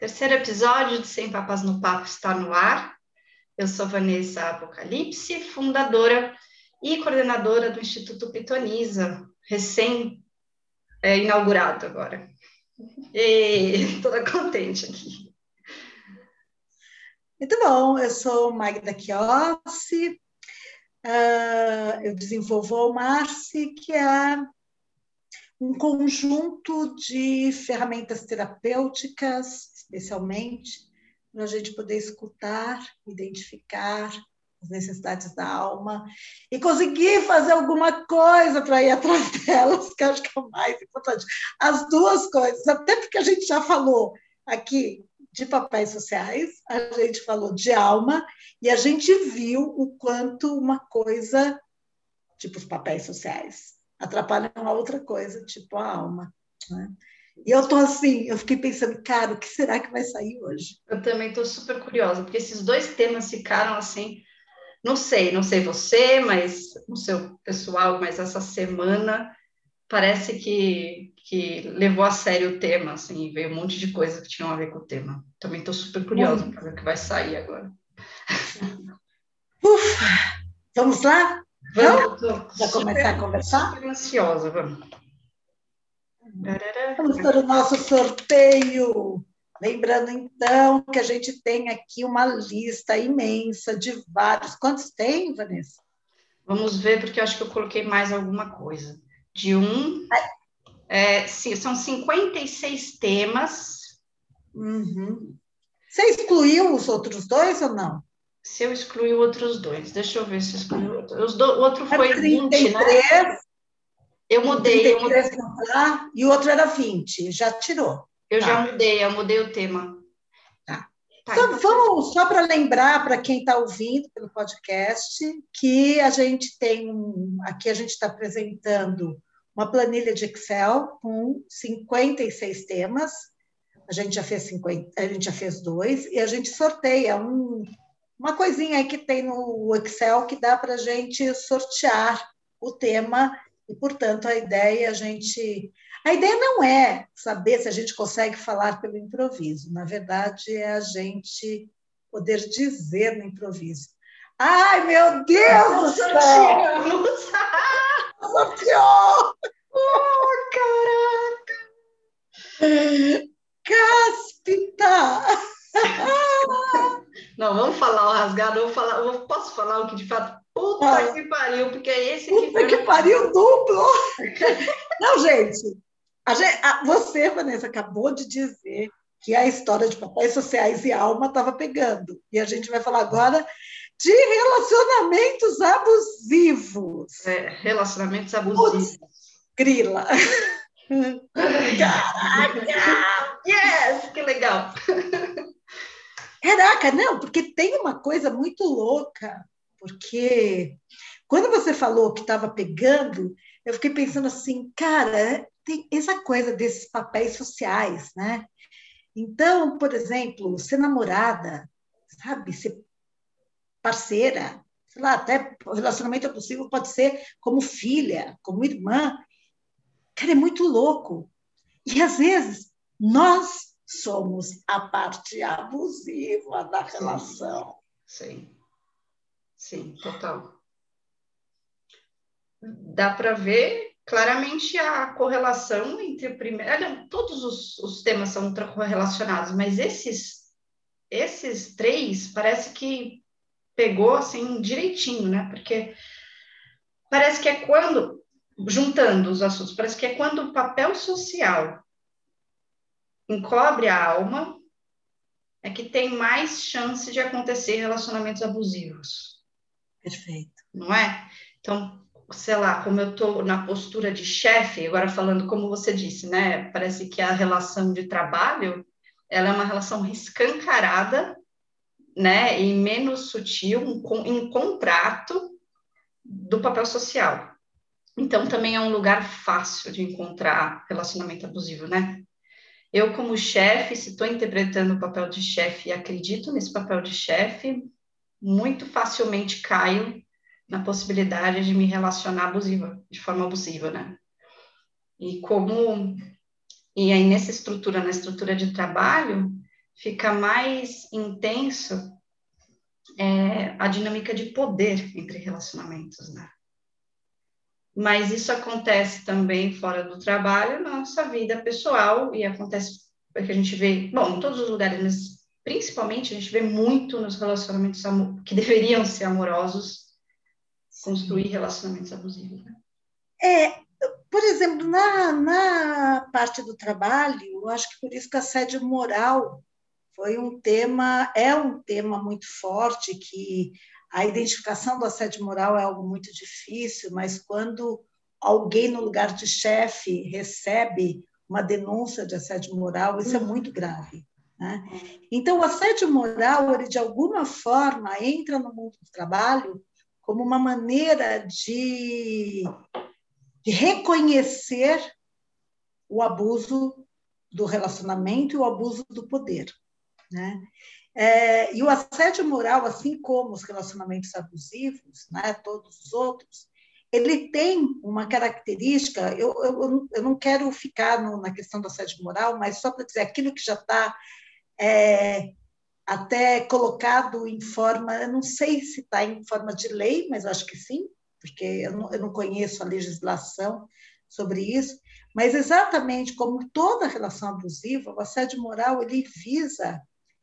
Terceiro episódio de Sem Papas no Papo está no ar. Eu sou Vanessa Apocalipse, fundadora e coordenadora do Instituto Pitonisa, recém-inaugurado agora. Toda contente aqui. Muito bom, eu sou Magda Chiossi, eu desenvolvo o Almarce, que é um conjunto de ferramentas terapêuticas, especialmente, para a gente poder escutar, identificar as necessidades da alma e conseguir fazer alguma coisa para ir atrás delas, que eu acho que é o mais importante. As duas coisas, até porque a gente já falou aqui de papéis sociais, a gente falou de alma, e a gente viu o quanto uma coisa, tipo os papéis sociais, atrapalha uma outra coisa, tipo a alma. Né? E eu tô assim, eu fiquei pensando, cara, o que será que vai sair hoje? Eu também estou super curiosa, porque esses dois temas ficaram assim, não sei você, mas no seu pessoal, mas essa semana parece que levou a sério o tema, assim, veio um monte de coisa que tinham a ver com o tema. Também estou super curiosa para ver o que vai sair agora. Ufa, vamos lá? Vamos, Então, já começar a conversar? super ansiosa, vamos. Vamos para o nosso sorteio. Lembrando, então, que a gente tem aqui uma lista imensa de vários. Quantos tem, Vanessa? Vamos ver, porque eu acho que eu coloquei mais alguma coisa. São 56 temas. Uhum. Você excluiu os outros dois ou não? Se eu excluí outros dois, deixa eu ver se eu excluí o outro. O outro foi 33, 20, né? Eu mudei. 33 não tá, e o outro era 20, já tirou. Eu tá. já mudei o tema. Tá. Vamos só para lembrar para quem está ouvindo pelo podcast que a gente tem aqui a gente está apresentando uma planilha de Excel com 56 temas. A gente já fez 50, a gente já fez 2 e a gente sorteia uma coisinha aí que tem no Excel que dá para a gente sortear o tema e, portanto, a ideia não é saber se a gente consegue falar pelo improviso. Na verdade, é a gente poder dizer no improviso. Ai, meu Deus do céu! Sorteou! Oh, caraca! Cáspita! Não, vamos falar o rasgado, posso falar o que de fato, puta que pariu, porque é esse que... Puta que pariu duplo! Não, gente, você, Vanessa, acabou de dizer que a história de papéis sociais e alma estava pegando. E a gente vai falar agora de relacionamentos abusivos. Relacionamentos abusivos. Grila. Caraca! Yes! Que legal! Caraca, não, porque tem uma coisa muito louca, porque quando você falou que estava pegando, eu fiquei pensando assim, cara, tem essa coisa desses papéis sociais, né? Então, por exemplo, ser namorada, sabe, ser parceira, sei lá, até o relacionamento abusivo pode ser como filha, como irmã. Cara, é muito louco. E às vezes nós somos a parte abusiva da relação. Sim, total. Dá para ver claramente a correlação entre o primeiro... Todos os temas são correlacionados, mas esses três parece que pegou assim direitinho, né? Porque parece que é quando, juntando os assuntos, parece que é quando o papel social encobre a alma, é que tem mais chance de acontecer relacionamentos abusivos. Perfeito. Não é? Então, sei lá, como eu estou na postura de chefe, agora falando como você disse, né? Parece que a relação de trabalho, ela é uma relação escancarada, né? E menos sutil, em contrato do papel social. Então, também é um lugar fácil de encontrar relacionamento abusivo, né? Eu, como chefe, se estou interpretando o papel de chefe e acredito nesse papel de chefe, muito facilmente caio na possibilidade de me relacionar de forma abusiva, né? E aí na estrutura de trabalho, fica mais intenso a dinâmica de poder entre relacionamentos, né? Mas isso acontece também fora do trabalho, na nossa vida pessoal, e acontece porque a gente vê, bom, em todos os lugares, mas principalmente a gente vê muito nos relacionamentos que deveriam ser amorosos, construir relacionamentos abusivos, né? Por exemplo, na parte do trabalho, eu acho que por isso que a assédio moral é um tema muito forte, que a identificação do assédio moral é algo muito difícil, mas quando alguém no lugar de chefe recebe uma denúncia de assédio moral, isso é muito grave, né? Então, o assédio moral, ele de alguma forma entra no mundo do trabalho como uma maneira de reconhecer o abuso do relacionamento e o abuso do poder, né? E o assédio moral, assim como os relacionamentos abusivos, né, todos os outros, ele tem uma característica, eu não quero ficar na questão do assédio moral, mas só para dizer aquilo que já está até colocado em forma, eu não sei se está em forma de lei, mas eu acho que sim, porque eu não conheço a legislação sobre isso, mas exatamente como toda relação abusiva, o assédio moral ele visa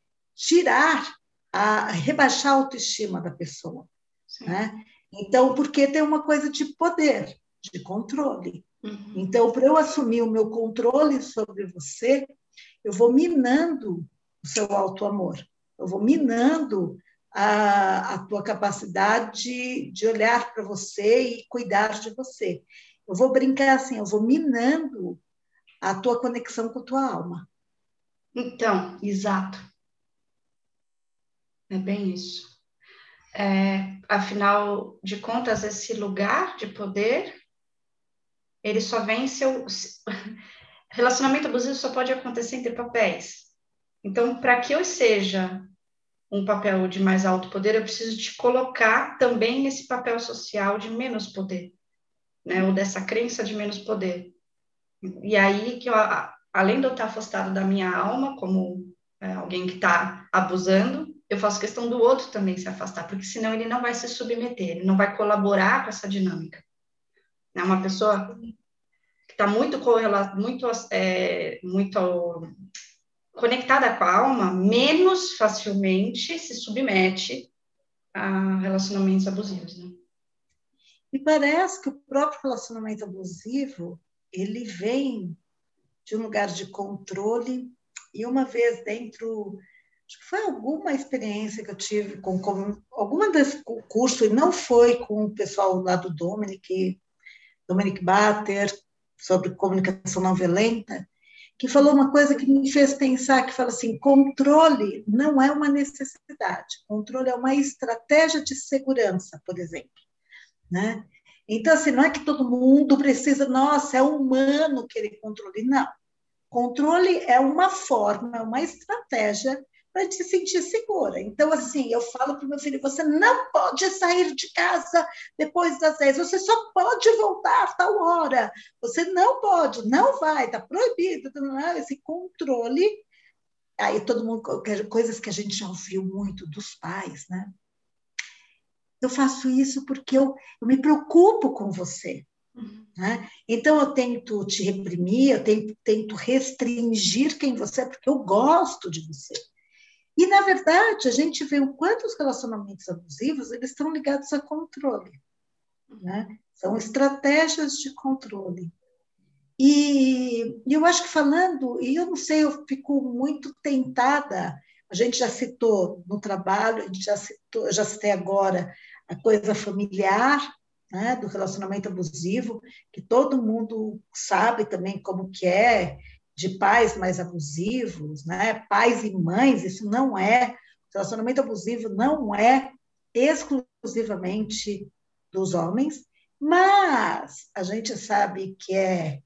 rebaixar a autoestima da pessoa, né? Então, porque tem uma coisa de poder, de controle. Então, para eu assumir o meu controle sobre você, eu vou minando o seu auto-amor, eu vou minando a tua capacidade de olhar para você e cuidar de você. Eu vou brincar assim, eu vou minando a tua conexão com a tua alma. Então, exato. É bem isso. Afinal de contas, esse lugar de poder, ele só vem se eu... Relacionamento abusivo só pode acontecer entre papéis. Então, para que eu seja um papel de mais alto poder, eu preciso te colocar também nesse papel social de menos poder, né? Ou dessa crença de menos poder. E aí que eu, além de eu estar afastado da minha alma, como alguém que está abusando, eu faço questão do outro também se afastar, porque senão ele não vai se submeter, ele não vai colaborar com essa dinâmica. É uma pessoa que está muito conectada com a alma, menos facilmente se submete a relacionamentos abusivos, né? E parece que o próprio relacionamento abusivo, ele vem de um lugar de controle, e uma vez dentro, acho que foi alguma experiência que eu tive com alguma desse curso, e não foi com o pessoal lá do Dominic Bater, sobre comunicação não violenta, que falou uma coisa que me fez pensar, que fala assim, controle não é uma necessidade, controle é uma estratégia de segurança, por exemplo, né? Então, assim, não é que todo mundo precisa, nossa, é humano querer controle, não. Controle é uma forma, é uma estratégia para te sentir segura. Então, assim, eu falo para o meu filho, você não pode sair de casa depois das 10, você só pode voltar a tal hora, você não pode, não vai, está proibido, esse controle. Aí todo mundo, coisas que a gente já ouviu muito dos pais, né? Eu faço isso porque eu me preocupo com você. Né? Então, eu tento te reprimir, eu tento restringir quem você é, porque eu gosto de você. E, na verdade, a gente vê o quanto os relacionamentos abusivos eles estão ligados a controle. Né? São estratégias de controle. E eu acho que falando, e eu não sei, eu fico muito tentada, a gente já citou no trabalho, a gente eu já citei agora a coisa familiar, né, do relacionamento abusivo, que todo mundo sabe também como que é, de pais mais abusivos, né, pais e mães, isso não é, relacionamento abusivo não é exclusivamente dos homens, mas a gente sabe que é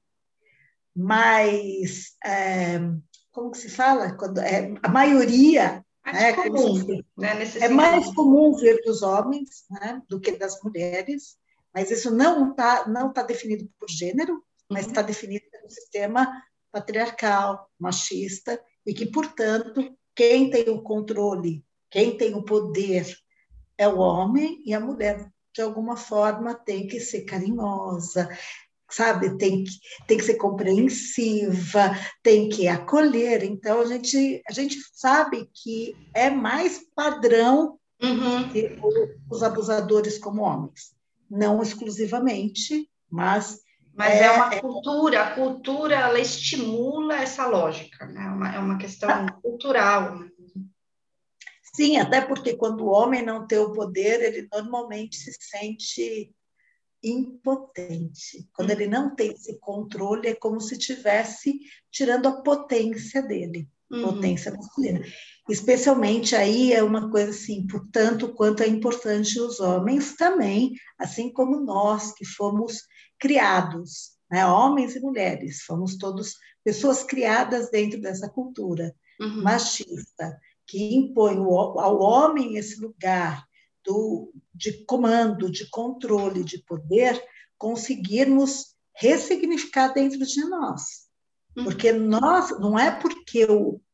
mais, como que se fala? Quando a maioria, né, comum, né, é mais comum ver dos homens, né, do que das mulheres, mas isso não tá definido por gênero, mas está definido pelo sistema patriarcal, machista, e que, portanto, quem tem o controle, quem tem o poder é o homem, e a mulher, de alguma forma, tem que ser carinhosa, sabe? Tem que ser compreensiva, tem que acolher. Então, a gente sabe que é mais padrão Uhum. ter os abusadores como homens. Não exclusivamente, mas Mas é uma cultura, a cultura ela estimula essa lógica, né? É uma questão cultural, né? sim, até porque quando o homem não tem o poder, ele normalmente se sente impotente. Quando ele não tem esse controle, é como se estivesse tirando a potência dele, Uhum. potência masculina. Especialmente aí é uma coisa assim, portanto, quanto é importante os homens também, assim como nós que fomos criados, né? Homens e mulheres, fomos todos pessoas criadas dentro dessa cultura Uhum. machista, que impõe ao homem esse lugar de comando, de controle, de poder, conseguirmos ressignificar dentro de nós. Uhum. Porque nós, não é porque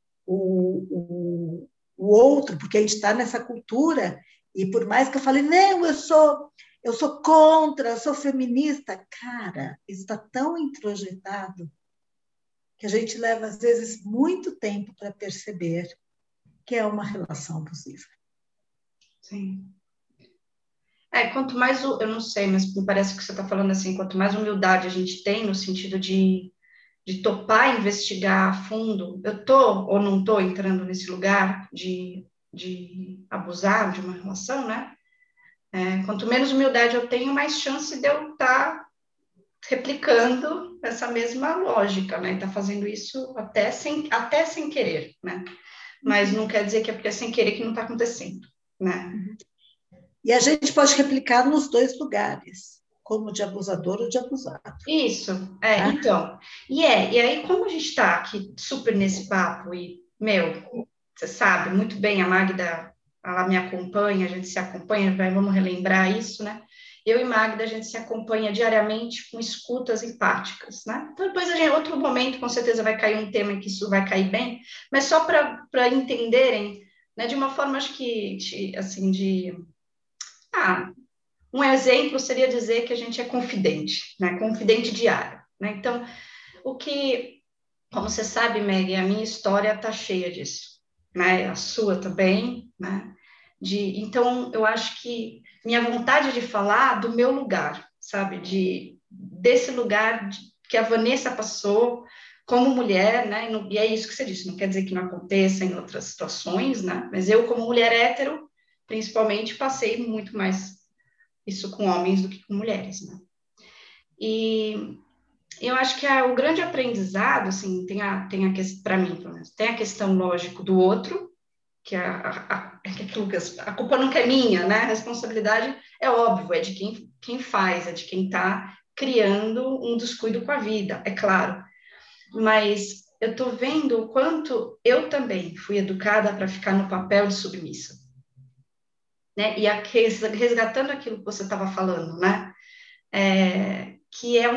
o outro, porque a gente está nessa cultura, e por mais que eu fale, não, eu sou contra, eu sou feminista, cara, isso está tão introjetado que a gente leva, às vezes, muito tempo para perceber que é uma relação abusiva. Sim. Quanto mais, eu não sei, mas me parece que você está falando assim, quanto mais humildade a gente tem no sentido de topar investigar a fundo, eu tô ou não tô entrando nesse lugar de abusar de uma relação, né? Quanto menos humildade eu tenho, mais chance de eu estar replicando essa mesma lógica, né? Tá fazendo isso até sem querer, né? Mas não quer dizer que é porque é sem querer que não está acontecendo, né? E a gente pode replicar nos dois lugares, como de abusador ou de abusado. Isso, Tá? então. E aí, como a gente está aqui super nesse papo, e, meu, você sabe muito bem, a Magda, ela me acompanha, a gente se acompanha, vamos relembrar isso, né? Eu e Magda, a gente se acompanha diariamente com escutas empáticas, né? Então, depois, outro momento, com certeza vai cair um tema que isso vai cair bem, mas só para entenderem, né, de uma forma, acho que, assim, ah, um exemplo seria dizer que a gente é confidente, né? Confidente diário, né? Então, como você sabe, Meg, a minha história está cheia disso, né? A sua também, né? Então, eu acho que minha vontade de falar do meu lugar, sabe? Desse lugar que a Vanessa passou como mulher, né? E é isso que você disse, não quer dizer que não aconteça em outras situações, né? Mas eu, como mulher hétero, principalmente, passei muito mais isso com homens do que com mulheres, né? E eu acho que o grande aprendizado, assim, tem a questão, para mim, pelo menos, tem a questão, lógico, do outro, que a culpa nunca é minha, né? A responsabilidade é óbvio, é de quem faz, é de quem está criando um descuido com a vida, é claro. Mas eu estou vendo o quanto eu também fui educada para ficar no papel de submissa, né? E resgatando aquilo que você estava falando, né? Que é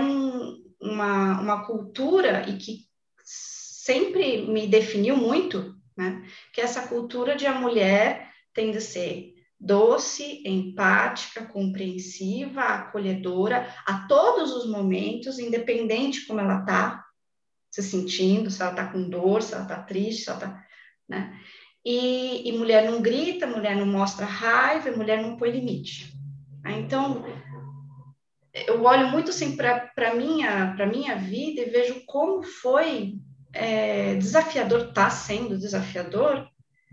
uma cultura e que sempre me definiu muito, né? Que é essa cultura de a mulher tem de ser doce, empática, compreensiva, acolhedora a todos os momentos, independente como ela está se sentindo, se ela está com dor, se ela está triste, se ela está, né? E mulher não grita, mulher não mostra raiva, mulher não põe limite. Então, eu olho muito assim para minha vida e vejo como foi desafiador, está sendo desafiador,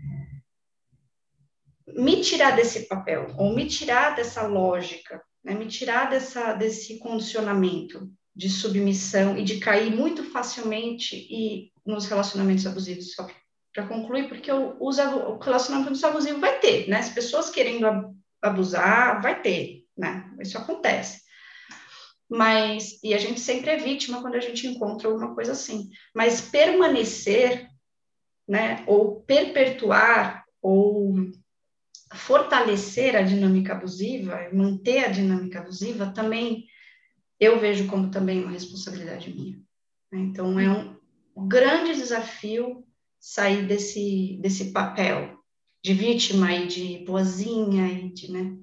me tirar desse papel, ou me tirar dessa lógica, né? Me tirar desse condicionamento de submissão e de cair muito facilmente nos relacionamentos abusivos. Só para concluir, porque o relacionamento abusivo vai ter, né? As pessoas querendo abusar, vai ter, né? Isso acontece. E a gente sempre é vítima quando a gente encontra alguma coisa assim. Mas permanecer, né, ou perpetuar, ou fortalecer a dinâmica abusiva, manter a dinâmica abusiva, também eu vejo como também uma responsabilidade minha, né? Então, é um grande desafio sair desse papel de vítima e de boazinha e de, né?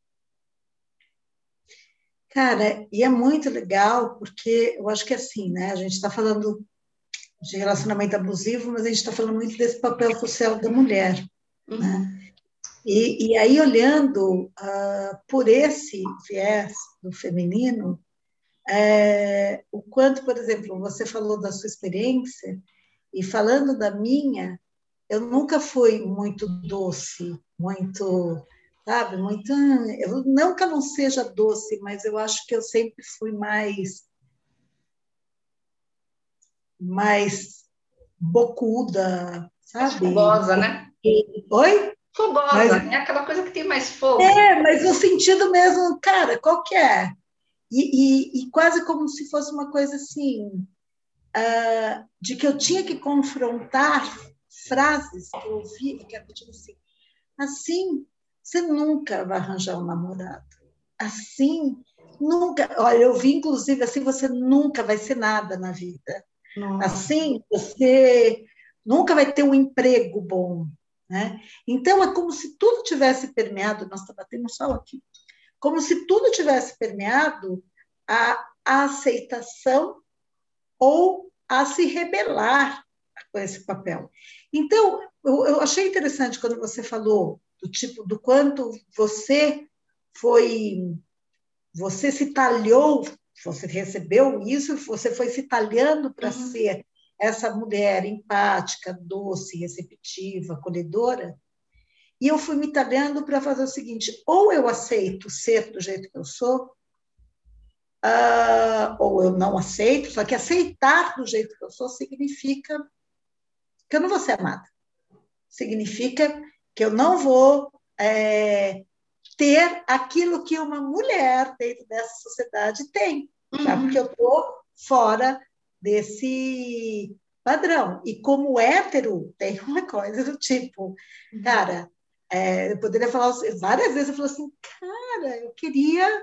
Cara, e é muito legal, porque eu acho que é assim, né? A gente está falando de relacionamento abusivo, mas a gente está falando muito desse papel social da mulher, né? Uhum. E aí, olhando por esse viés do feminino, o quanto, por exemplo, você falou da sua experiência, e falando da minha, eu nunca fui muito doce, muito, sabe, muito. Eu, não que eu não seja doce, mas eu acho que eu sempre fui mais bocuda, Mais sabe? fogosa, né? Oi? Mas Fogosa, é aquela coisa que tem mais fogo. mas no sentido mesmo, cara, qual que é? E quase como se fosse uma coisa assim, de que eu tinha que confrontar frases que eu ouvi, que era tipo assim, você nunca vai arranjar um namorado. Assim, nunca. Olha, eu vi, inclusive, assim, você nunca vai ser nada na vida. Nossa. Assim, você nunca vai ter um emprego bom, né? Então, é como se tudo tivesse permeado, nós estamos batendo sol aqui, como se tudo tivesse permeado a aceitação ou a se rebelar com esse papel. Então, eu achei interessante quando você falou do tipo, do quanto foi, você se talhou, você recebeu isso, você foi se talhando para Uhum. ser essa mulher empática, doce, receptiva, acolhedora, e eu fui me talhando para fazer o seguinte: ou eu aceito ser do jeito que eu sou, ou eu não aceito, só que aceitar do jeito que eu sou significa que eu não vou ser amada. Significa que eu não vou ter aquilo que uma mulher dentro dessa sociedade tem, tá? Porque eu Uhum. estou fora desse padrão. E como hétero, tem uma coisa do tipo, cara, eu poderia falar várias vezes, eu falo assim, cara, eu queria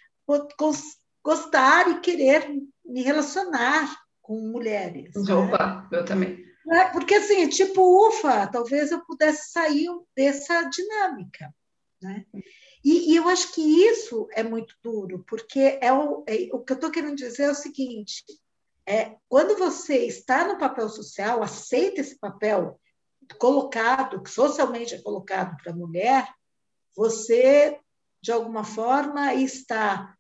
gostar e querer me relacionar com mulheres, né? Opa, eu também. Porque assim, tipo, ufa, talvez eu pudesse sair dessa dinâmica, né? E eu acho que isso é muito duro, porque o que eu estou querendo dizer é o seguinte: quando você está no papel social, aceita esse papel colocado, que socialmente é colocado para a mulher, você, de alguma forma, está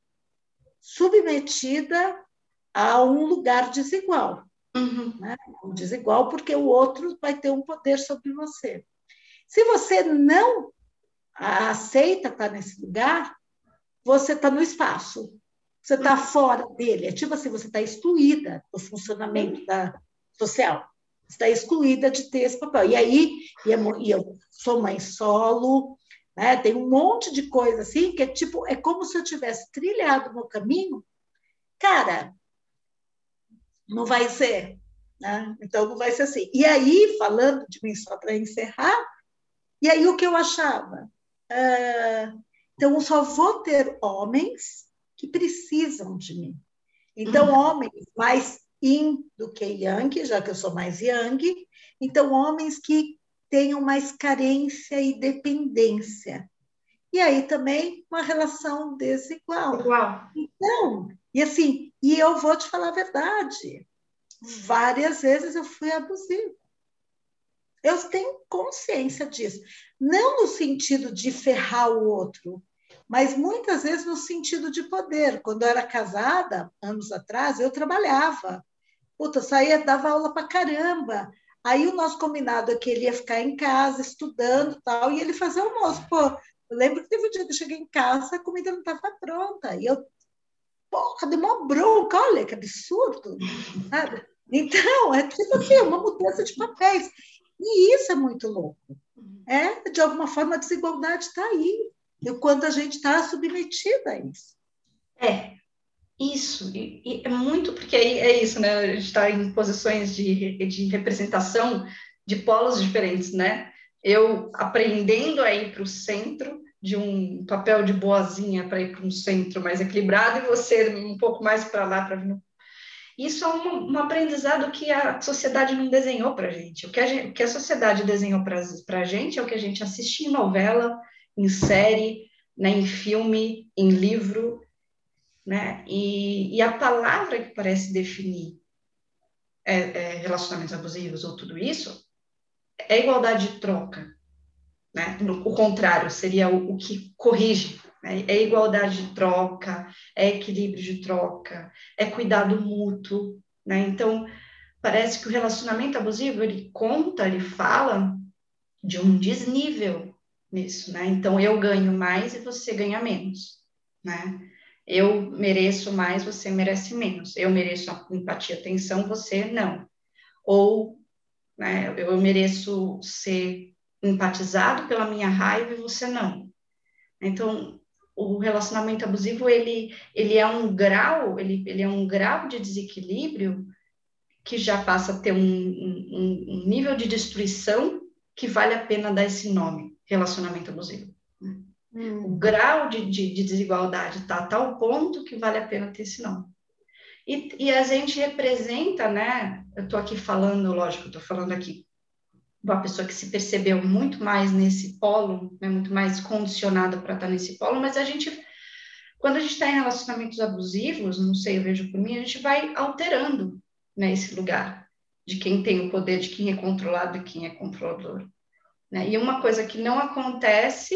submetida a um lugar desigual. Uhum. Né? Desigual porque o outro vai ter um poder sobre você. Se você não aceita estar nesse lugar, você está no espaço, você está fora dele. É tipo assim, você está excluída do funcionamento social. Você está excluída de ter esse papel. E aí, e eu sou mãe solo, né? Tem um monte de coisa assim, que é tipo, é como se eu tivesse trilhado o meu caminho. Cara, não vai ser. Né? Então, não vai ser assim. E aí, falando de mim, só para encerrar, e aí o que eu achava? Então, eu só vou ter homens que precisam de mim. Então, Uhum. homens mais yin do que yang, já que eu sou mais yang. Então, homens que tenham mais carência e dependência. E aí também uma relação desigual. Igual. Então, e assim, e eu vou te falar a verdade, várias vezes eu fui abusiva. Eu tenho consciência disso. Não no sentido de ferrar o outro, mas muitas vezes no sentido de poder. Quando eu era casada, anos atrás, eu trabalhava. Puta, eu saía, dava aula pra caramba. Aí o nosso combinado é que ele ia ficar em casa estudando e tal, e ele fazia almoço. Pô, eu lembro que teve um dia que eu cheguei em casa, a comida não estava pronta. E eu, porra, dei uma bronca, olha que absurdo, sabe? Então, é tipo assim, uma mudança de papéis. E isso é muito louco. De alguma forma, a desigualdade está aí. E o quanto a gente está submetida a isso. É, isso. E é muito, porque aí é isso, né? A gente está em posições de representação de polos diferentes, né? Eu aprendendo a ir para o centro, de um papel de boazinha para ir para um centro mais equilibrado, e você um pouco mais para lá, para vir. Isso é um aprendizado que a sociedade não desenhou para a gente. O que a sociedade desenhou para a gente é o que a gente assiste em novela, em série, né, em filme, em livro, né? E a palavra que parece definir relacionamentos abusivos ou tudo isso é igualdade de troca, né? O contrário seria o que corrige, né? É igualdade de troca, é equilíbrio de troca, é cuidado mútuo, né? Então, parece que o relacionamento abusivo, ele fala de um desnível nisso, né? Então, eu ganho mais e você ganha menos, né? Eu mereço mais, você merece menos. Eu mereço empatia, atenção, você não. Ou, né, eu mereço ser empatizado pela minha raiva e você não. Então, o relacionamento abusivo, ele é um grau, ele é um grau de desequilíbrio que já passa a ter um nível de destruição que vale a pena dar esse nome, relacionamento abusivo. O grau de desigualdade está a tal ponto que vale a pena ter esse nome. E a gente representa, né? Eu estou aqui falando, lógico, estou falando aqui uma pessoa que se percebeu muito mais nesse polo, né, muito mais condicionada para estar nesse polo, mas quando a gente está em relacionamentos abusivos, não sei, eu vejo por mim, a gente vai alterando, né, esse lugar de quem tem o poder, de quem é controlado e quem é controlador, né? E uma coisa que não acontece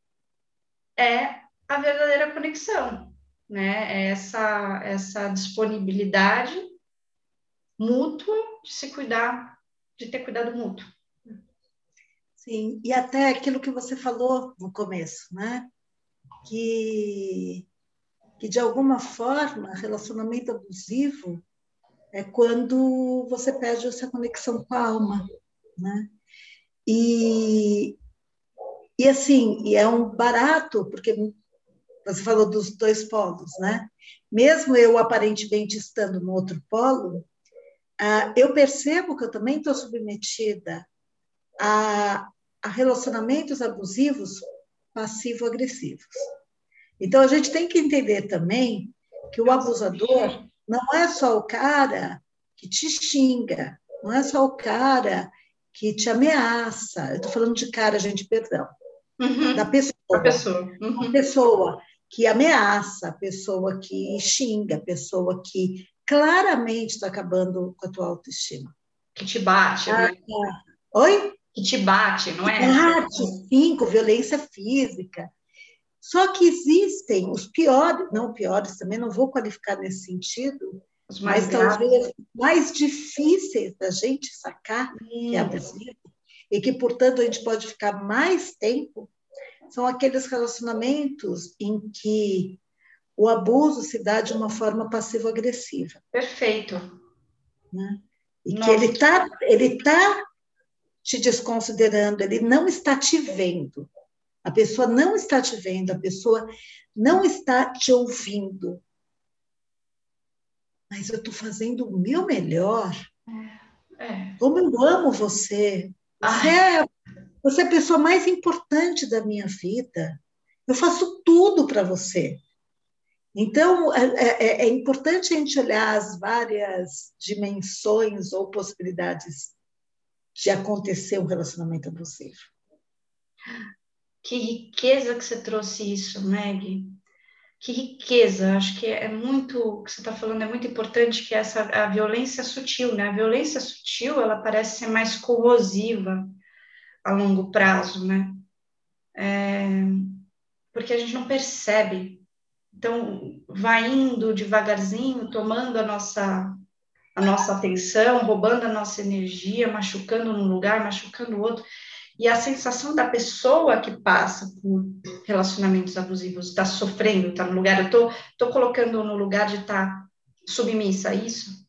é a verdadeira conexão, né? É essa disponibilidade mútua de se cuidar, de ter cuidado mútuo. Sim, e até aquilo que você falou no começo, né? Que de alguma forma, relacionamento abusivo é quando você perde essa conexão com a alma, né? E, e assim, e é um barato, porque você falou dos dois polos, né? Mesmo eu aparentemente estando no outro polo, eu percebo que eu também estou submetida a relacionamentos abusivos passivo-agressivos. Então, a gente tem que entender também que o abusador não é só o cara que te xinga, não é só o cara que te ameaça. Eu estou falando de cara, gente, perdão. Da pessoa. A pessoa. A pessoa que ameaça, a pessoa que xinga, a pessoa que claramente está acabando com a tua autoestima. Que te bate, né? Oi? Que te bate, não é? Bate, sim, com violência física. Só que existem os piores, não piores também, não vou qualificar nesse sentido, Os mais mas graves. talvez mais difíceis da gente sacar que é abusivo, e que, portanto, a gente pode ficar mais tempo, são aqueles relacionamentos em que o abuso se dá de uma forma passivo-agressiva. Perfeito. Né? E que ele tá te desconsiderando, ele não está te vendo. A pessoa não está te vendo, a pessoa não está te ouvindo. Mas eu estou fazendo o meu melhor. Como eu amo você. Você é a pessoa mais importante da minha vida. Eu faço tudo para você. Então, é importante a gente olhar as várias dimensões ou possibilidades de acontecer um relacionamento abusivo. Que riqueza que você trouxe isso, Meg. Que riqueza. Acho que é muito, o que você está falando é muito importante, que a violência sutil, né? A violência sutil, ela parece ser mais corrosiva a longo prazo, né? Porque a gente não percebe. Então, vai indo devagarzinho, tomando a nossa atenção, roubando a nossa energia, machucando um lugar, machucando o outro. E a sensação da pessoa que passa por relacionamentos abusivos, está sofrendo, está no lugar, eu estou colocando no lugar de estar submissa a isso,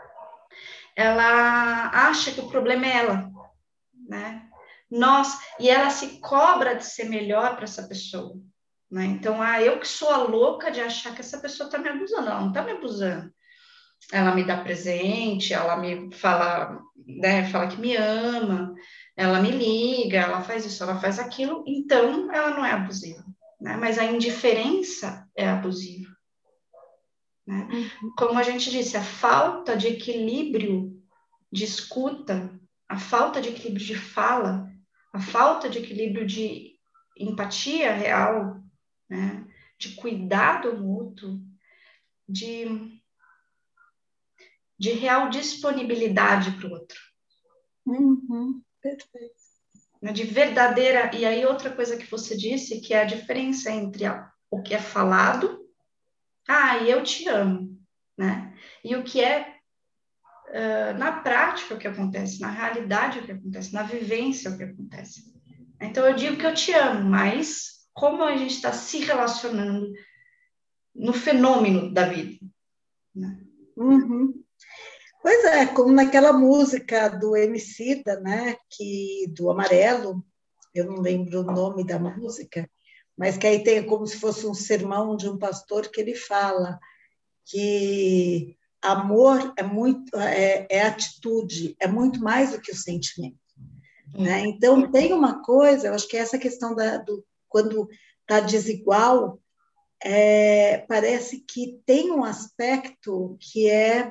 ela acha que o problema é ela, né? E ela se cobra de ser melhor para essa pessoa, né? Então, eu que sou a louca de achar que essa pessoa está me abusando, ela não está me abusando. Ela me dá presente, ela me fala, né, fala que me ama, ela me liga, ela faz isso, ela faz aquilo, então ela não é abusiva, né? Mas a indiferença é abusiva. né? Como a gente disse, a falta de equilíbrio de escuta, a falta de equilíbrio de fala, a falta de equilíbrio de empatia real, né? De cuidado mútuo, de, de real disponibilidade para o outro. Perfeito. Né? De verdadeira... E aí outra coisa que você disse, que é a diferença entre o que é falado, e eu te amo, né? E o que é na prática o que acontece, na realidade o que acontece, na vivência o que acontece. Então eu digo que eu te amo, mas como a gente está se relacionando no fenômeno da vida, né? Pois é, como naquela música do Emicida, né, do Amarelo, eu não lembro o nome da música, mas que aí tem como se fosse um sermão de um pastor que ele fala que amor é atitude, é muito mais do que o sentimento. Né? Então, tem uma coisa, eu acho que é essa questão quando está desigual, parece que tem um aspecto que é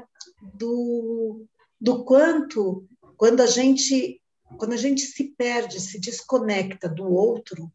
do quanto, quando a gente se perde, se desconecta do outro,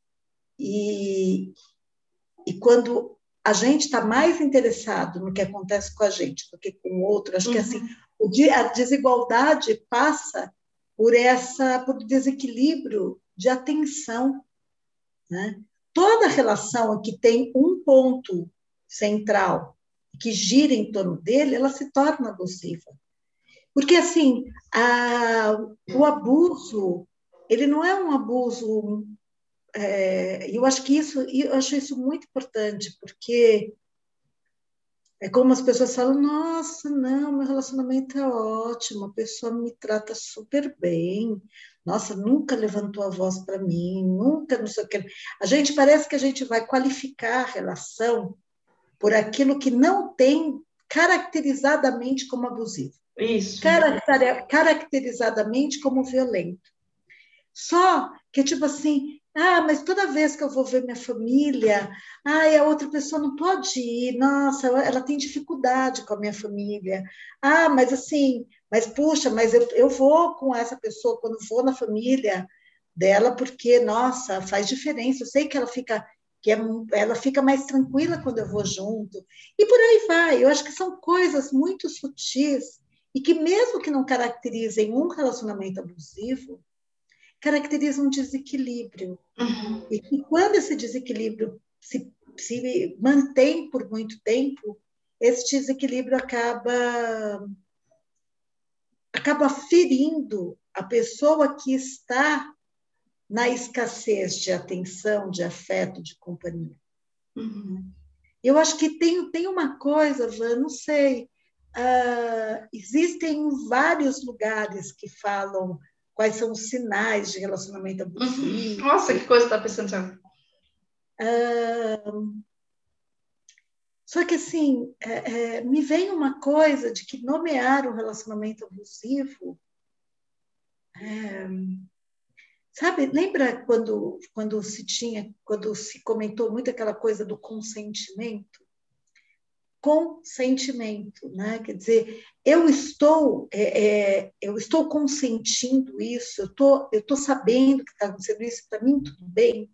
e quando a gente está mais interessado no que acontece com a gente do que com o outro, acho que assim, a desigualdade passa por desequilíbrio de atenção, né? Toda relação que tem um ponto central que gira em torno dele, ela se torna abusiva. Porque, assim, o abuso, ele não é um abuso... eu acho isso muito importante, porque é como as pessoas falam, nossa, não, meu relacionamento é ótimo, a pessoa me trata super bem, nossa, nunca levantou a voz para mim, nunca não sei o que. Parece que a gente vai qualificar a relação por aquilo que não tem caracterizadamente como abusivo. Isso. Caracterizadamente como violento. Só que, tipo assim, mas toda vez que eu vou ver minha família, a outra pessoa não pode ir, nossa, ela tem dificuldade com a minha família. Mas assim, mas puxa, mas eu vou com essa pessoa quando vou na família dela, porque, nossa, faz diferença. Eu sei que ela fica mais tranquila quando eu vou junto. E por aí vai. Eu acho que são coisas muito sutis e que, mesmo que não caracterizem um relacionamento abusivo, caracteriza um desequilíbrio. E quando esse desequilíbrio se mantém por muito tempo, esse desequilíbrio acaba ferindo a pessoa que está na escassez de atenção, de afeto, de companhia. Eu acho que tem uma coisa, Van, não sei, existem vários lugares que falam quais são os sinais de relacionamento abusivo. Nossa, que coisa você está pensando. Só que, assim, me vem uma coisa de que nomear um relacionamento abusivo... sabe, lembra quando se comentou muito aquela coisa do consentimento? Consentimento, né? Quer dizer, eu estou consentindo isso, eu estou sabendo que está acontecendo isso, para mim tudo bem.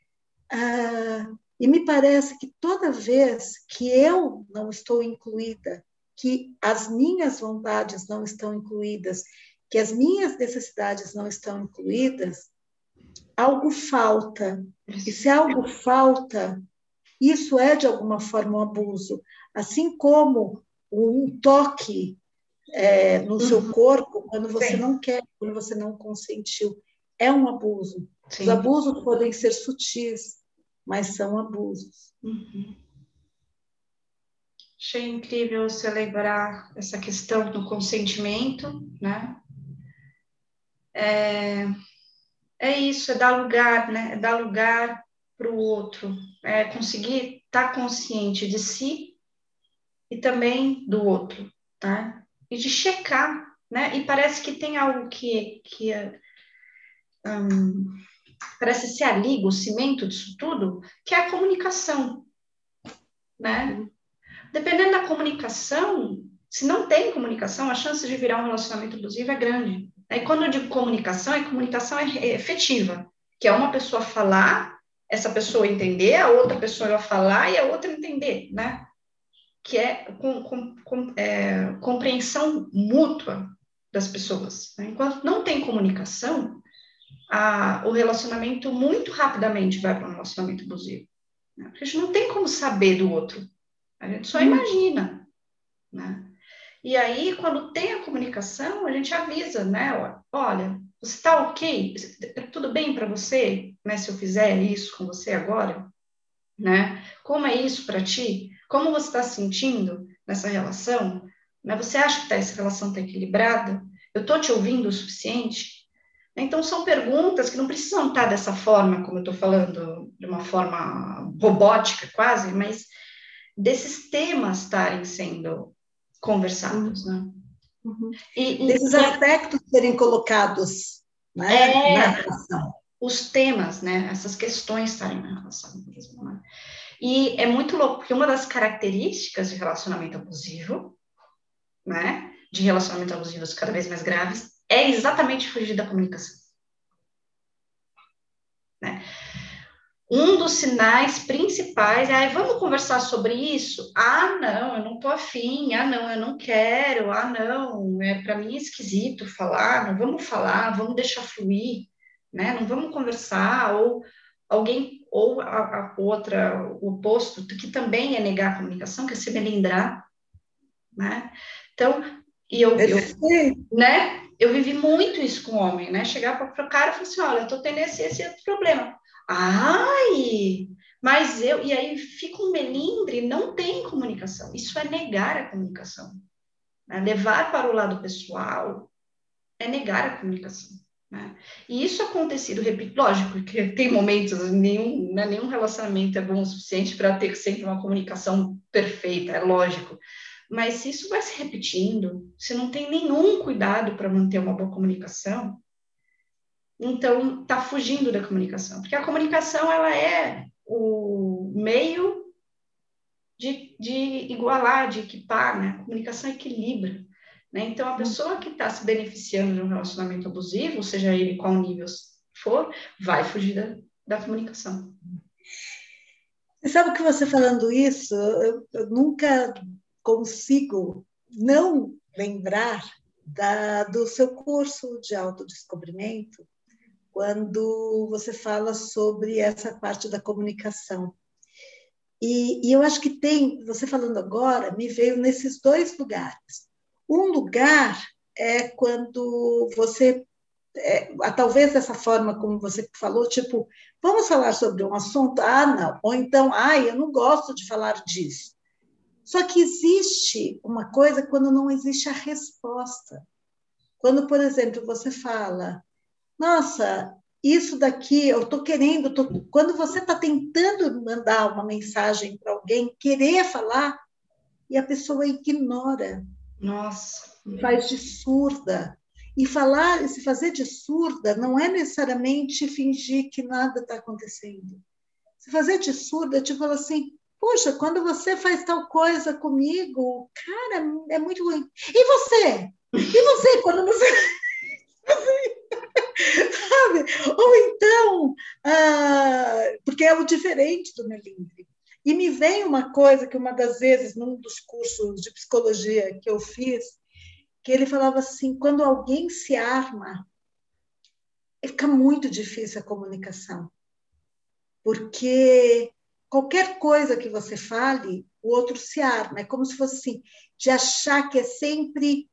E me parece que toda vez que eu não estou incluída, que as minhas vontades não estão incluídas, que as minhas necessidades não estão incluídas, algo falta. E se algo falta, isso é de alguma forma um abuso. Assim como um toque no seu corpo, quando você não quer, quando você não consentiu, é um abuso. Sim. Os abusos podem ser sutis, mas são abusos. Achei incrível você lembrar essa questão do consentimento, né? É isso, é dar lugar, né? É dar lugar para o outro, é conseguir estar consciente de si e também do outro, tá? E de checar, né? E parece que tem algo que parece ser a liga, o cimento disso tudo, que é a comunicação, né? Dependendo da comunicação, se não tem comunicação, a chance de virar um relacionamento abusivo é grande. Aí, quando eu digo comunicação, é efetiva, que é uma pessoa falar, essa pessoa entender, a outra pessoa falar e a outra entender, né? Que é, compreensão mútua das pessoas. Né? Enquanto não tem comunicação, o relacionamento muito rapidamente vai para um relacionamento abusivo. Né? Porque a gente não tem como saber do outro, a gente só imagina. Né? E aí, quando tem a comunicação, a gente avisa, né? Olha, você está ok? Tudo bem para você, né? Se eu fizer isso com você agora, né? Como é isso para ti? Como você está se sentindo nessa relação? Né? Você acha que essa relação está equilibrada? Eu estou te ouvindo o suficiente? Então, são perguntas que não precisam estar dessa forma, como eu estou falando, de uma forma robótica quase, mas desses temas estarem sendo conversados, né? Desses aspectos serem colocados, né, na relação. Os temas, né? Essas questões estarem na relação mesmo, né? E é muito louco, porque uma das características de relacionamento abusivo, né? De relacionamentos abusivos cada vez mais graves, é exatamente fugir da comunicação. Né? Um dos sinais principais é, vamos conversar sobre isso? Ah, não, eu não estou afim. Ah, não, eu não quero. Ah, não, para mim é esquisito falar. Não vamos falar, vamos deixar fluir, né? Não vamos conversar. Ou alguém, ou a outra, o oposto, que também é negar a comunicação, que é se melindrar, né? Então, né? Eu vivi muito isso com o homem, né? Chegar para o cara e falar assim, olha, eu tô tendo esse outro problema. Ai, mas eu... E aí fica um melindre, não tem comunicação. Isso é negar a comunicação. Né? Levar para o lado pessoal é negar a comunicação. Né? E isso acontecido, repito, lógico que tem momentos, nenhum relacionamento é bom o suficiente para ter sempre uma comunicação perfeita, é lógico. Mas se isso vai se repetindo, se não tem nenhum cuidado para manter uma boa comunicação, então está fugindo da comunicação. Porque a comunicação, ela é o meio de igualar, de equipar, né? A comunicação equilibra. Né? Então, a pessoa que está se beneficiando de um relacionamento abusivo, seja ele qual nível for, vai fugir da comunicação. Você sabe que você falando isso, eu nunca consigo não lembrar do seu curso de autodescobrimento, quando você fala sobre essa parte da comunicação. E eu acho que você falando agora, me veio nesses dois lugares. Um lugar é quando você, talvez dessa forma como você falou, tipo, vamos falar sobre um assunto? Ah, não. Ou então, eu não gosto de falar disso. Só que existe uma coisa quando não existe a resposta. Quando, por exemplo, você fala, nossa, isso daqui, eu estou querendo. Quando você está tentando mandar uma mensagem para alguém, querer falar, e a pessoa ignora. Nossa. Faz de surda. E se fazer de surda não é necessariamente fingir que nada está acontecendo. Se fazer de surda é tipo assim, puxa, quando você faz tal coisa comigo, cara, é muito ruim. E você? E você, quando você... Sabe? Ou então, porque é o diferente do melindre. E me vem uma coisa que uma das vezes, num dos cursos de psicologia que eu fiz, que ele falava assim, quando alguém se arma, fica muito difícil a comunicação. Porque qualquer coisa que você fale, o outro se arma. É como se fosse assim, de achar que é sempre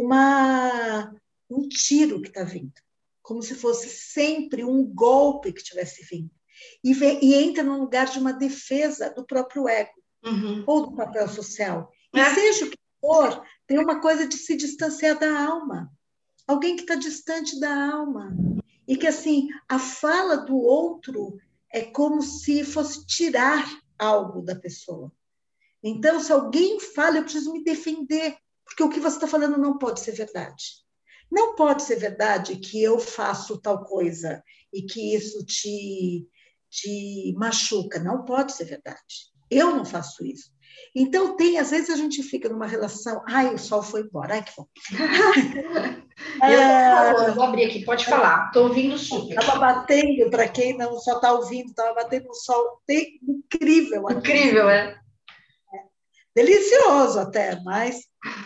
um tiro que está vindo. Como se fosse sempre um golpe que tivesse vindo. E entra num lugar de uma defesa do próprio ego, ou do papel social. E seja o que for, tem uma coisa de se distanciar da alma. Alguém que está distante da alma. E que, assim, a fala do outro é como se fosse tirar algo da pessoa. Então, se alguém fala, eu preciso me defender, porque o que você está falando não pode ser verdade. Não pode ser verdade que eu faço tal coisa e que isso te machuca. Não pode ser verdade. Eu não faço isso. Então, às vezes a gente fica numa relação, ai, o sol foi embora, ai, que bom. Eu vou abrir aqui, pode falar, estou ouvindo super. Estava batendo, para quem não só está ouvindo, estava batendo um sol incrível aqui. Incrível, é? Delicioso até, mas...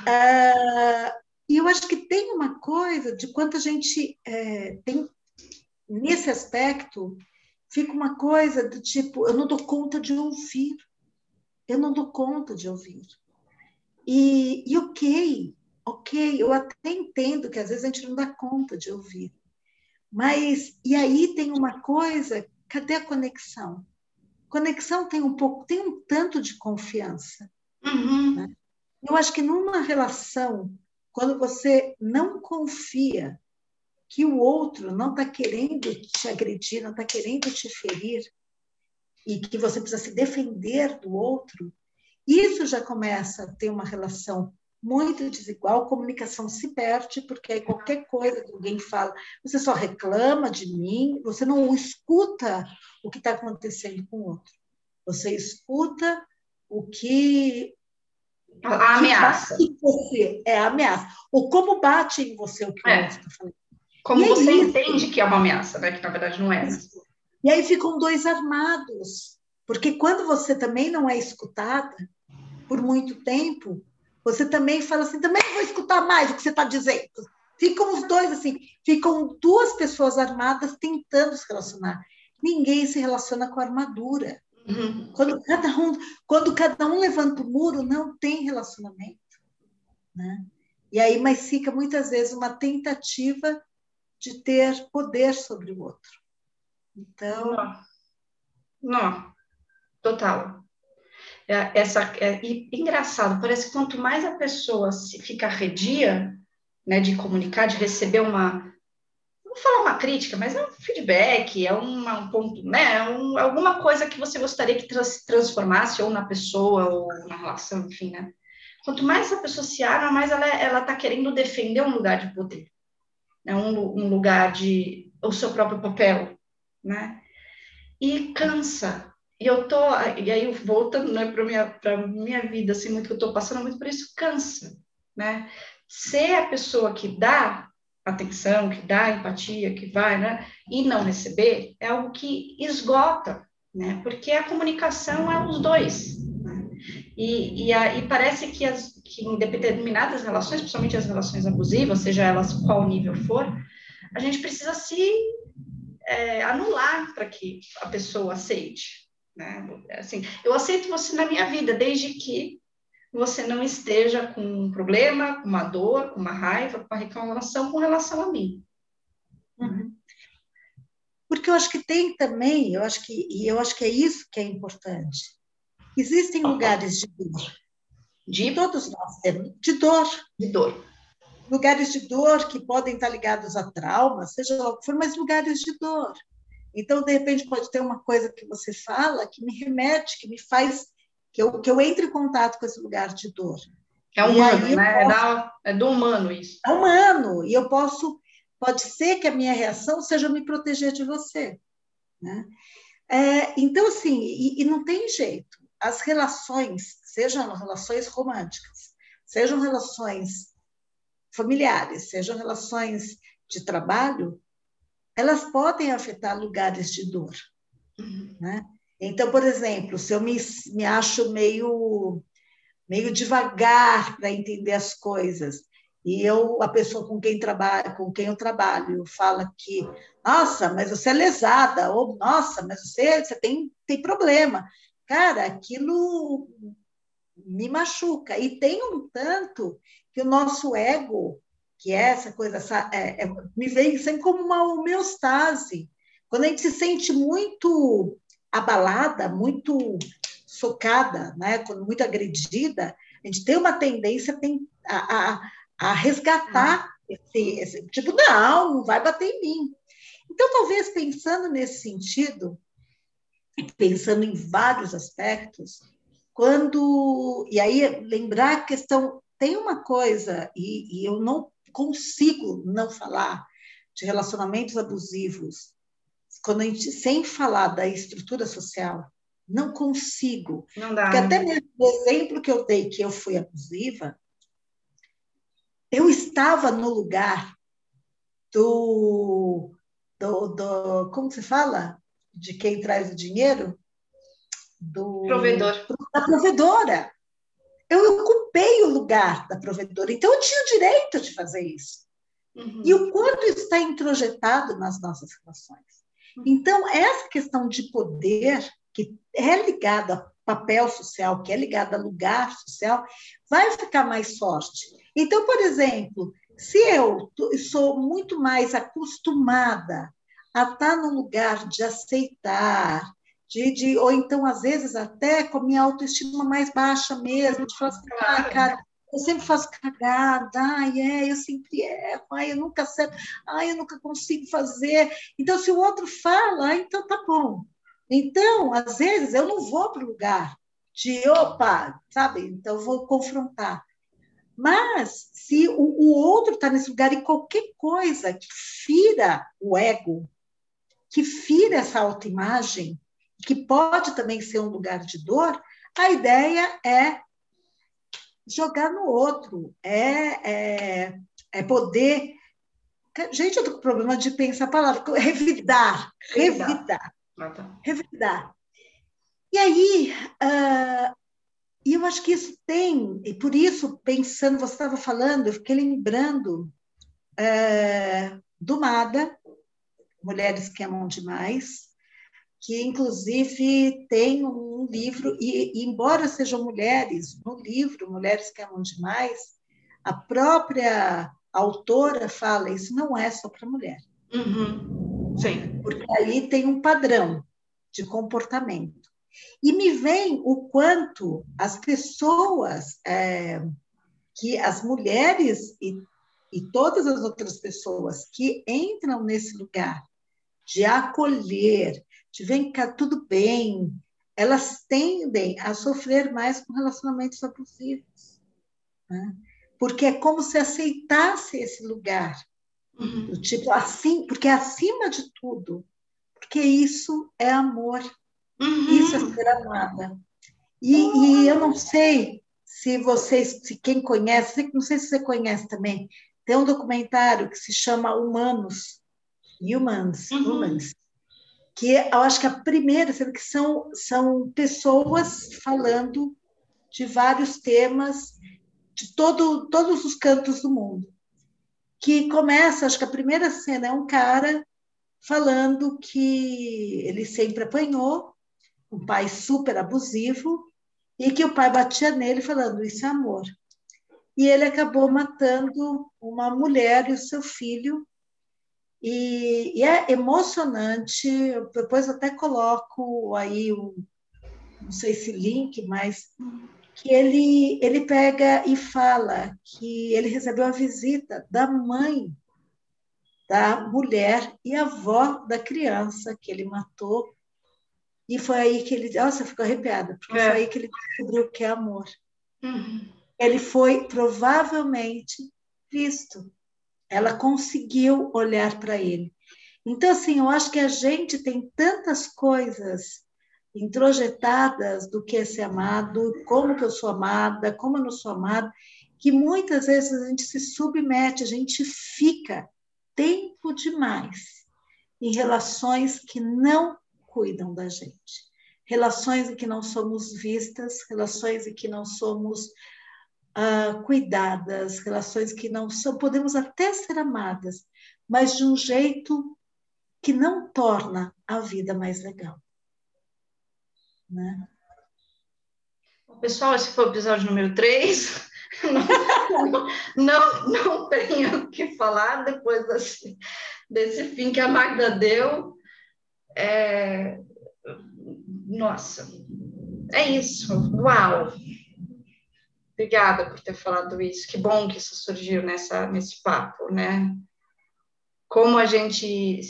e eu acho que tem uma coisa de quanto a gente tem, nesse aspecto, fica uma coisa do tipo, eu não dou conta de ouvir. Eu não dou conta de ouvir. E ok, eu até entendo que às vezes a gente não dá conta de ouvir. Mas, e aí tem uma coisa, cadê a conexão? Conexão tem um tanto de confiança. Uhum. Né? Eu acho que numa relação, quando você não confia que o outro não está querendo te agredir, não está querendo te ferir, e que você precisa se defender do outro, isso já começa a ter uma relação muito desigual, a comunicação se perde, porque aí qualquer coisa que alguém fala, você só reclama de mim, você não escuta o que está acontecendo com o outro. Você escuta o que... A ameaça. Bate em você, a ameaça. Ou como bate em você o que o outro está falando. Como você entende que é uma ameaça, né? Que na verdade não é. E aí ficam dois armados. Porque quando você também não é escutada por muito tempo, você também fala assim, também não vou escutar mais o que você está dizendo. Ficam os dois assim, ficam duas pessoas armadas tentando se relacionar. Ninguém se relaciona com armadura. Uhum. Quando cada um levanta o muro, não tem relacionamento. Né? E aí, mas fica muitas vezes uma tentativa de ter poder sobre o outro. Então... Não, total. Engraçado, parece que quanto mais a pessoa fica arredia, né, de comunicar, de receber não vou falar uma crítica, mas é um feedback, é um ponto, né, alguma coisa que você gostaria que transformasse ou na pessoa ou na relação, enfim, né? Quanto mais a pessoa se arma, mais ela está querendo defender um lugar de poder, né, um lugar de o seu próprio papel, né? E cansa. E aí voltando, né, para minha vida, assim, muito que eu estou passando muito por isso, cansa, né? Ser a pessoa que dá atenção, que dá empatia, que vai, né, e não receber, é algo que esgota, né? Porque a comunicação é os dois, né? E parece que em determinadas relações, principalmente as relações abusivas, seja elas qual nível for, a gente precisa se anular para que a pessoa aceite, né? Assim, eu aceito você na minha vida, desde que você não esteja com um problema, com uma dor, com uma raiva, com uma reclamação com relação a mim. Uhum. Porque eu acho que tem também, eu acho que é isso que é importante. Existem lugares de dor. De todos nós temos, de dor. De dor. Lugares de dor que podem estar ligados a trauma, seja lá o que for, mas lugares de dor. Então, de repente, pode ter uma coisa que você fala que me remete, que me faz que eu entre em contato com esse lugar de dor. É humano, né? É do humano isso. É humano, e eu pode ser que a minha reação seja me proteger de você. Né? Então, assim, e não tem jeito. As relações, sejam relações românticas, sejam relações familiares, sejam relações de trabalho, elas podem afetar lugares de dor. Uhum. Né? Então, por exemplo, se eu me acho meio devagar para entender as coisas, e a pessoa com quem eu trabalho fala que, nossa, mas você é lesada, ou nossa, mas você tem problema. Cara, aquilo me machuca. E tem um tanto que o nosso ego, que é essa coisa, me vem sempre como uma homeostase. Quando a gente se sente muito abalada, muito socada, né? Quando muito agredida, a gente tem uma tendência a resgatar esse tipo, não vai bater em mim. Então, talvez pensando nesse sentido, pensando em vários aspectos, e aí lembrar a questão, tem uma coisa, e eu não consigo não falar de relacionamentos abusivos, quando sem falar da estrutura social, Não consigo. Não dá, Porque até né? mesmo o exemplo que eu dei, que eu fui abusiva, eu estava no lugar como se fala? De quem traz o dinheiro? Provedor. Da provedora. Eu ocupei o lugar da provedora, então eu tinha o direito de fazer isso. E Uhum. o quanto isso está introjetado nas nossas relações. Então, essa questão de poder, que é ligada a papel social, que é ligada a lugar social, vai ficar mais forte. Então, por exemplo, se eu sou muito mais acostumada a estar no lugar de aceitar, ou então, às vezes, até com a minha autoestima mais baixa mesmo, de falar assim, ah, Claro. cara, eu sempre faço cagada, eu sempre erro, eu nunca acerto, eu nunca consigo fazer. Então, se o outro fala, então tá bom. Então, às vezes, eu não vou para o lugar de, opa, sabe? Então, eu vou confrontar. Mas, se o outro está nesse lugar e qualquer coisa que fira o ego, que fira essa autoimagem, que pode também ser um lugar de dor, a ideia é jogar no outro, é poder. Gente, eu tô com problema de pensar a palavra, revidar, Revidar. revidar, Ah, tá. revidar. E aí, e eu acho que isso tem, e por isso, pensando, você estava falando, eu fiquei lembrando do Mada, Mulheres que Amam Demais, que inclusive tem um livro, e embora sejam mulheres, no livro Mulheres que Amam Demais, a própria autora fala, isso não é só para mulher. Uhum. Sim. Porque aí tem um padrão de comportamento. E me vem o quanto as pessoas, que as mulheres e todas as outras pessoas que entram nesse lugar de acolher, de vem cá, tudo bem, elas tendem a sofrer mais com relacionamentos abusivos. Né? Porque é como se aceitasse esse lugar, do Uhum. tipo assim, porque é acima de tudo, porque isso é amor, isso é Uhum. ser amada. E eu não sei se vocês, se quem conhece, não sei se você conhece também, tem um documentário que se chama Uhum. Humans, que eu acho que a primeira, sendo que são pessoas falando de vários temas de todos os cantos do mundo. Que começa, acho que a primeira cena é um cara falando que ele sempre apanhou, um pai super abusivo, e que o pai batia nele falando, isso é amor. E ele acabou matando uma mulher e o seu filho, e é emocionante, eu depois até coloco aí, não sei se link, mas que ele pega e fala que ele recebeu a visita da mãe da mulher e avó da criança que ele matou. E foi aí que ele. Nossa, ficou arrepiada, porque foi aí É. que ele descobriu o que é amor. Uhum. Ele foi provavelmente visto. Ela conseguiu olhar para ele. Então, assim, eu acho que a gente tem tantas coisas introjetadas do que é ser amado, como que eu sou amada, como eu não sou amada, que muitas vezes a gente se submete, a gente fica tempo demais em relações que não cuidam da gente. Relações em que não somos vistas, relações em que não somos cuidadas, relações que não são, podemos até ser amadas, mas de um jeito que não torna a vida mais legal. Né? Pessoal, esse foi o episódio número 3. Não tenho o que falar depois desse fim que a Magda deu. Nossa, é isso. Uau! Obrigada por ter falado isso. Que bom que isso surgiu nesse papo, né? Como a gente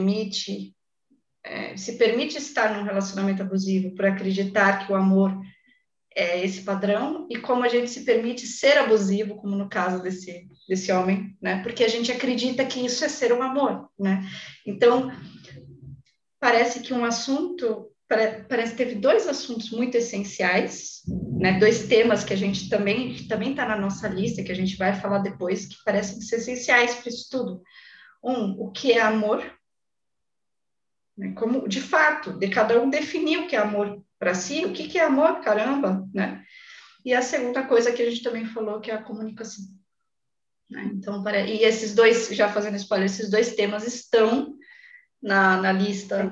se permite estar num relacionamento abusivo por acreditar que o amor é esse padrão e como a gente se permite ser abusivo, como no caso desse homem, né? Porque a gente acredita que isso é ser um amor, né? Então, parece que um assunto parece que teve dois assuntos muito essenciais, né? Dois temas que a gente também está na nossa lista, que a gente vai falar depois, que parecem ser essenciais para isso tudo. O que é amor? Né? Como, de fato, de cada um definir o que é amor para si, o que é amor, caramba, né? E a segunda coisa que a gente também falou, que é a comunicação. Né? Então, e esses dois, já fazendo spoiler, esses dois temas estão na lista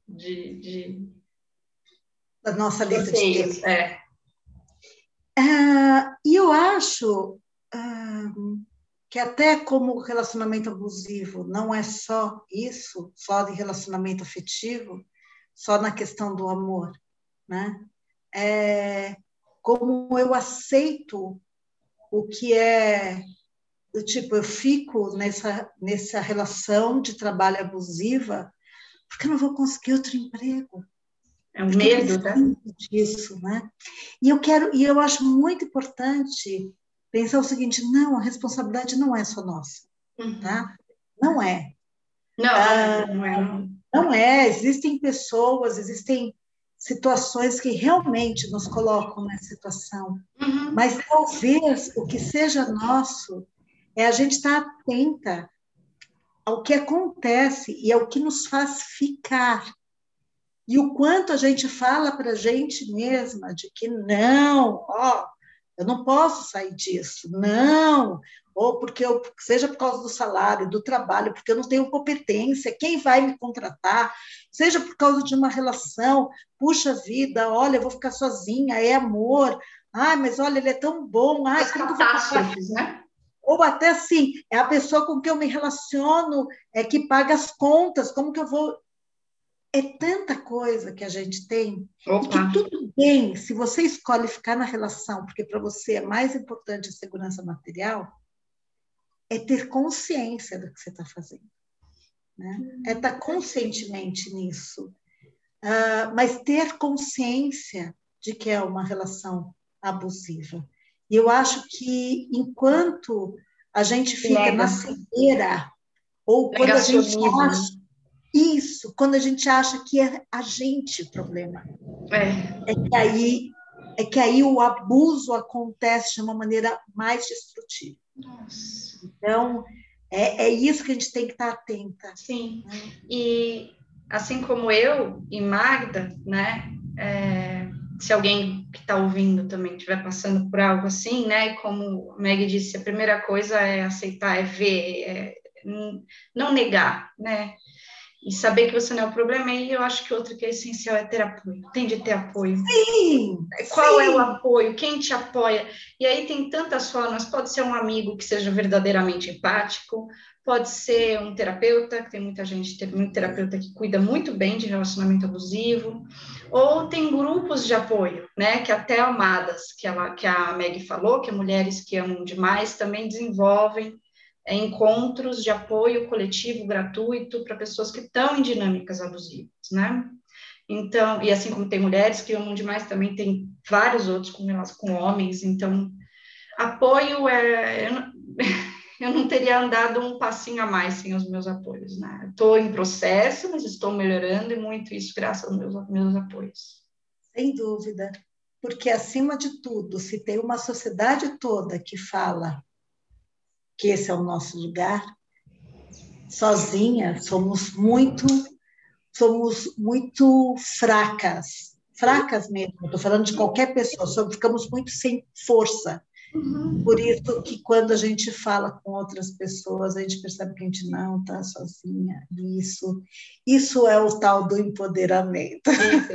da nossa lista de temas. E eu acho que até como relacionamento abusivo não é só isso, só de relacionamento afetivo, só na questão do amor, né? Como eu aceito o que é do tipo, eu fico nessa relação de trabalho abusiva porque eu não vou conseguir outro emprego. É um medo, tá? Disso, né? E eu acho muito importante pensar o seguinte: não, a responsabilidade não é só nossa, tá? Não é. Não é. Existem pessoas, existem situações que realmente nos colocam nessa situação. Mas talvez o que seja nosso é a gente estar atenta ao que acontece e ao que nos faz ficar. E o quanto a gente fala para a gente mesma de que não, eu não posso sair disso, não, ou seja por causa do salário, do trabalho, porque eu não tenho competência, quem vai me contratar, seja por causa de uma relação, puxa vida, olha, eu vou ficar sozinha, é amor, mas olha, ele é tão bom, as catástrofes, né? Ou até assim, é a pessoa com quem eu me relaciono, que paga as contas, como que eu vou... É tanta coisa que a gente tem, e que tudo bem se você escolhe ficar na relação, porque para você é mais importante a segurança material, é ter consciência do que você está fazendo. Né? É estar conscientemente nisso. Mas ter consciência de que é uma relação abusiva. E eu acho que enquanto a gente fica na cegueira, ou quando a gente acha... Isso, quando a gente acha que é a gente o problema. É que aí o abuso acontece de uma maneira mais destrutiva. Nossa. Então, é isso que a gente tem que estar atenta. Sim, e assim como eu e Magda, né, se alguém que está ouvindo também estiver passando por algo assim, né, e como a Meg disse, a primeira coisa é aceitar, é ver, não negar, né, e saber que você não é o problema. E eu acho que outra que é essencial é ter apoio, tem de ter apoio. Sim, Qual é o apoio? Quem te apoia? E aí tem tantas formas, pode ser um amigo que seja verdadeiramente empático, pode ser um terapeuta, que tem muita terapeuta que cuida muito bem de relacionamento abusivo, ou tem grupos de apoio, né, que até Amadas, que a Meg falou, que mulheres que amam demais também desenvolvem encontros de apoio coletivo gratuito para pessoas que estão em dinâmicas abusivas, né? Então, e assim como tem mulheres que amam demais, também tem vários outros com homens. Então, apoio eu não teria andado um passinho a mais sem os meus apoios, né? Estou em processo, mas estou melhorando e muito isso graças aos meus apoios. Sem dúvida, porque acima de tudo, se tem uma sociedade toda que fala que esse é o nosso lugar, sozinha somos muito fracas mesmo. Estou falando de qualquer pessoa, ficamos muito sem força. Por isso que quando a gente fala com outras pessoas, a gente percebe que a gente não está sozinha. Isso é o tal do empoderamento.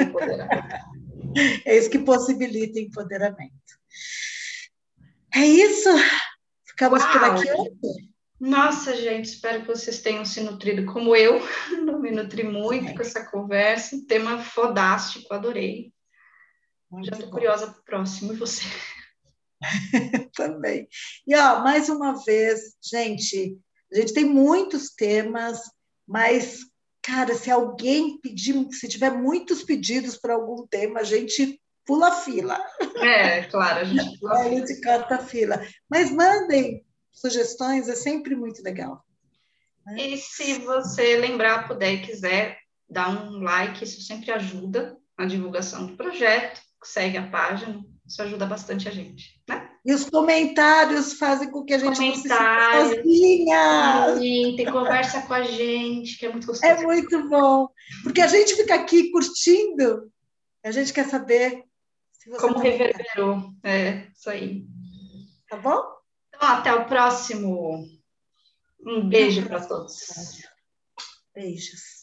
É isso que possibilita o empoderamento. É isso. Ficamos por aqui hoje. Nossa, gente, espero que vocês tenham se nutrido como eu. Não me nutri muito com essa conversa. Tema fodástico, adorei. Muito Já estou curiosa para o próximo. E você? Também. E, mais uma vez, gente, a gente tem muitos temas, mas, cara, se alguém pedir, se tiver muitos pedidos para algum tema, a gente pula a fila. Claro, a gente pula a fila. A gente corta a fila. Mas mandem sugestões, é sempre muito legal. E se você lembrar, puder e quiser, dá um like, isso sempre ajuda na divulgação do projeto, segue a página, isso ajuda bastante a gente, né? E os comentários fazem com que a gente não se sinta Comentários, sozinha. tem conversa com a gente, que é muito É gostoso. muito bom. Porque a gente fica aqui curtindo, a gente quer saber se você Como também está. reverberou, isso aí. Tá bom? Então, até o próximo. Um Até o beijo para próximo todos. episódio. Beijos.